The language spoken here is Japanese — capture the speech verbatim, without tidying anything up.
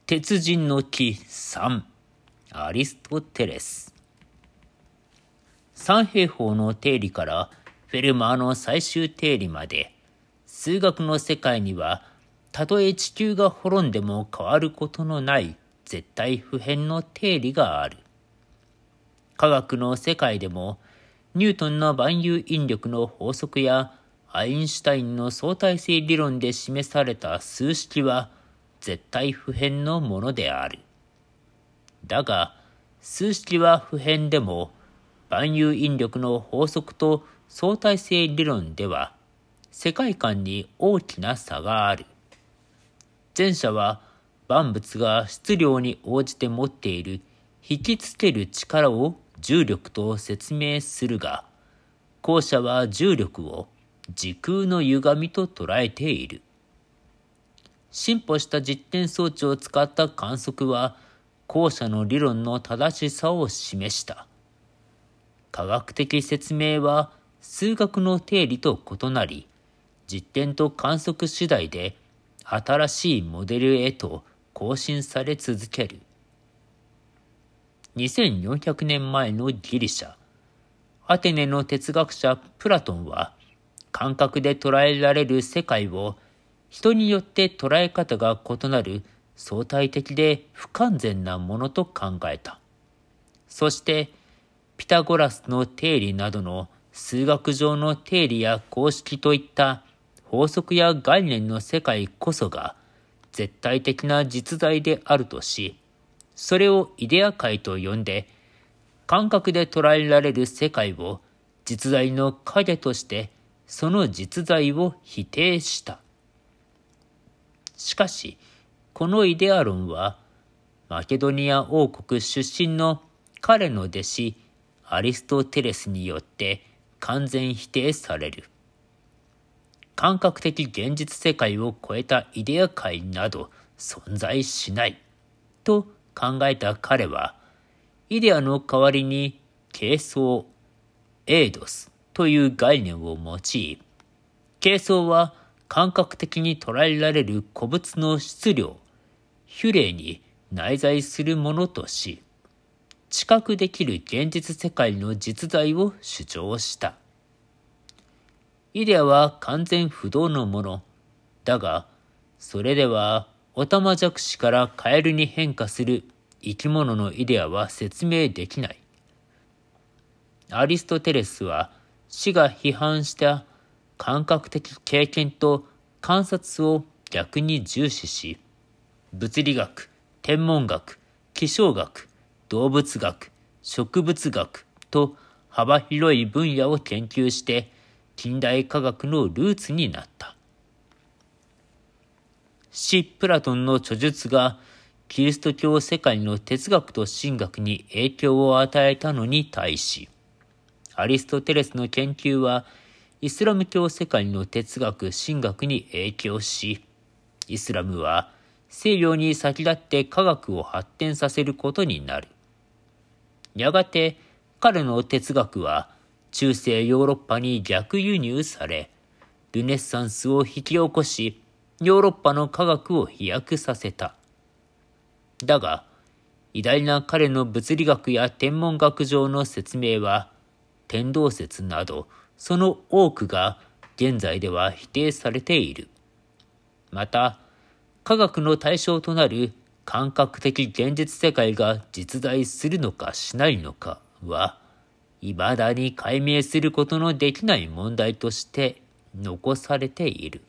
鉄人の木さん、アリストテレス。三平方の定理からフェルマーの最終定理まで、数学の世界には、たとえ地球が滅んでも変わることのない絶対不変の定理がある。科学の世界でも、ニュートンの万有引力の法則やアインシュタインの相対性理論で示された数式は絶対不変のものである。だが、数式は不変でも、万有引力の法則と相対性理論では、世界観に大きな差がある。前者は万物が質量に応じて持っている引きつける力を重力と説明するが、後者は重力を時空の歪みと捉えている。進歩した実験装置を使った観測は、後者の理論の正しさを示した。科学的説明は数学の定理と異なり、実験と観測次第で新しいモデルへと更新され続ける。にせんよんひゃくねんまえのギリシャ、アテネの哲学者プラトンは、感覚で捉えられる世界を人によって捉え方が異なる相対的で不完全なものと考えた。そして、ピタゴラスの定理などの数学上の定理や公式といった法則や概念の世界こそが絶対的な実在であるとし、それをイデア界と呼んで、感覚で捉えられる世界を実在の影としてその実在を否定した。しかし、このイデア論は、マケドニア王国出身の彼の弟子アリストテレスによって完全否定される。感覚的現実世界を超えたイデア界など存在しないと考えた彼は、イデアの代わりに形相、エイドスという概念を用い、形相は感覚的に捉えられる個物の質量、ヒュレイに内在するものとし、知覚できる現実世界の実在を主張した。イデアは完全不動のもの。だが、それでは、オタマジャクシからカエルに変化する生き物のイデアは説明できない。アリストテレスは、死が批判した感覚的経験と観察を逆に重視し、物理学、天文学、気象学、動物学、植物学と幅広い分野を研究して近代科学のルーツになった。死プラトンの著述がキリスト教世界の哲学と神学に影響を与えたのに対し、アリストテレスの研究はイスラム教世界の哲学・神学に影響し、イスラムは西洋に先立って科学を発展させることになる。やがて彼の哲学は中世ヨーロッパに逆輸入され、ルネッサンスを引き起こし、ヨーロッパの科学を飛躍させた。だが、偉大な彼の物理学や天文学上の説明は、天動説など、その多くが現在では否定されている。また、科学の対象となる感覚的現実世界が実在するのかしないのかは、未だに解明することのできない問題として残されている。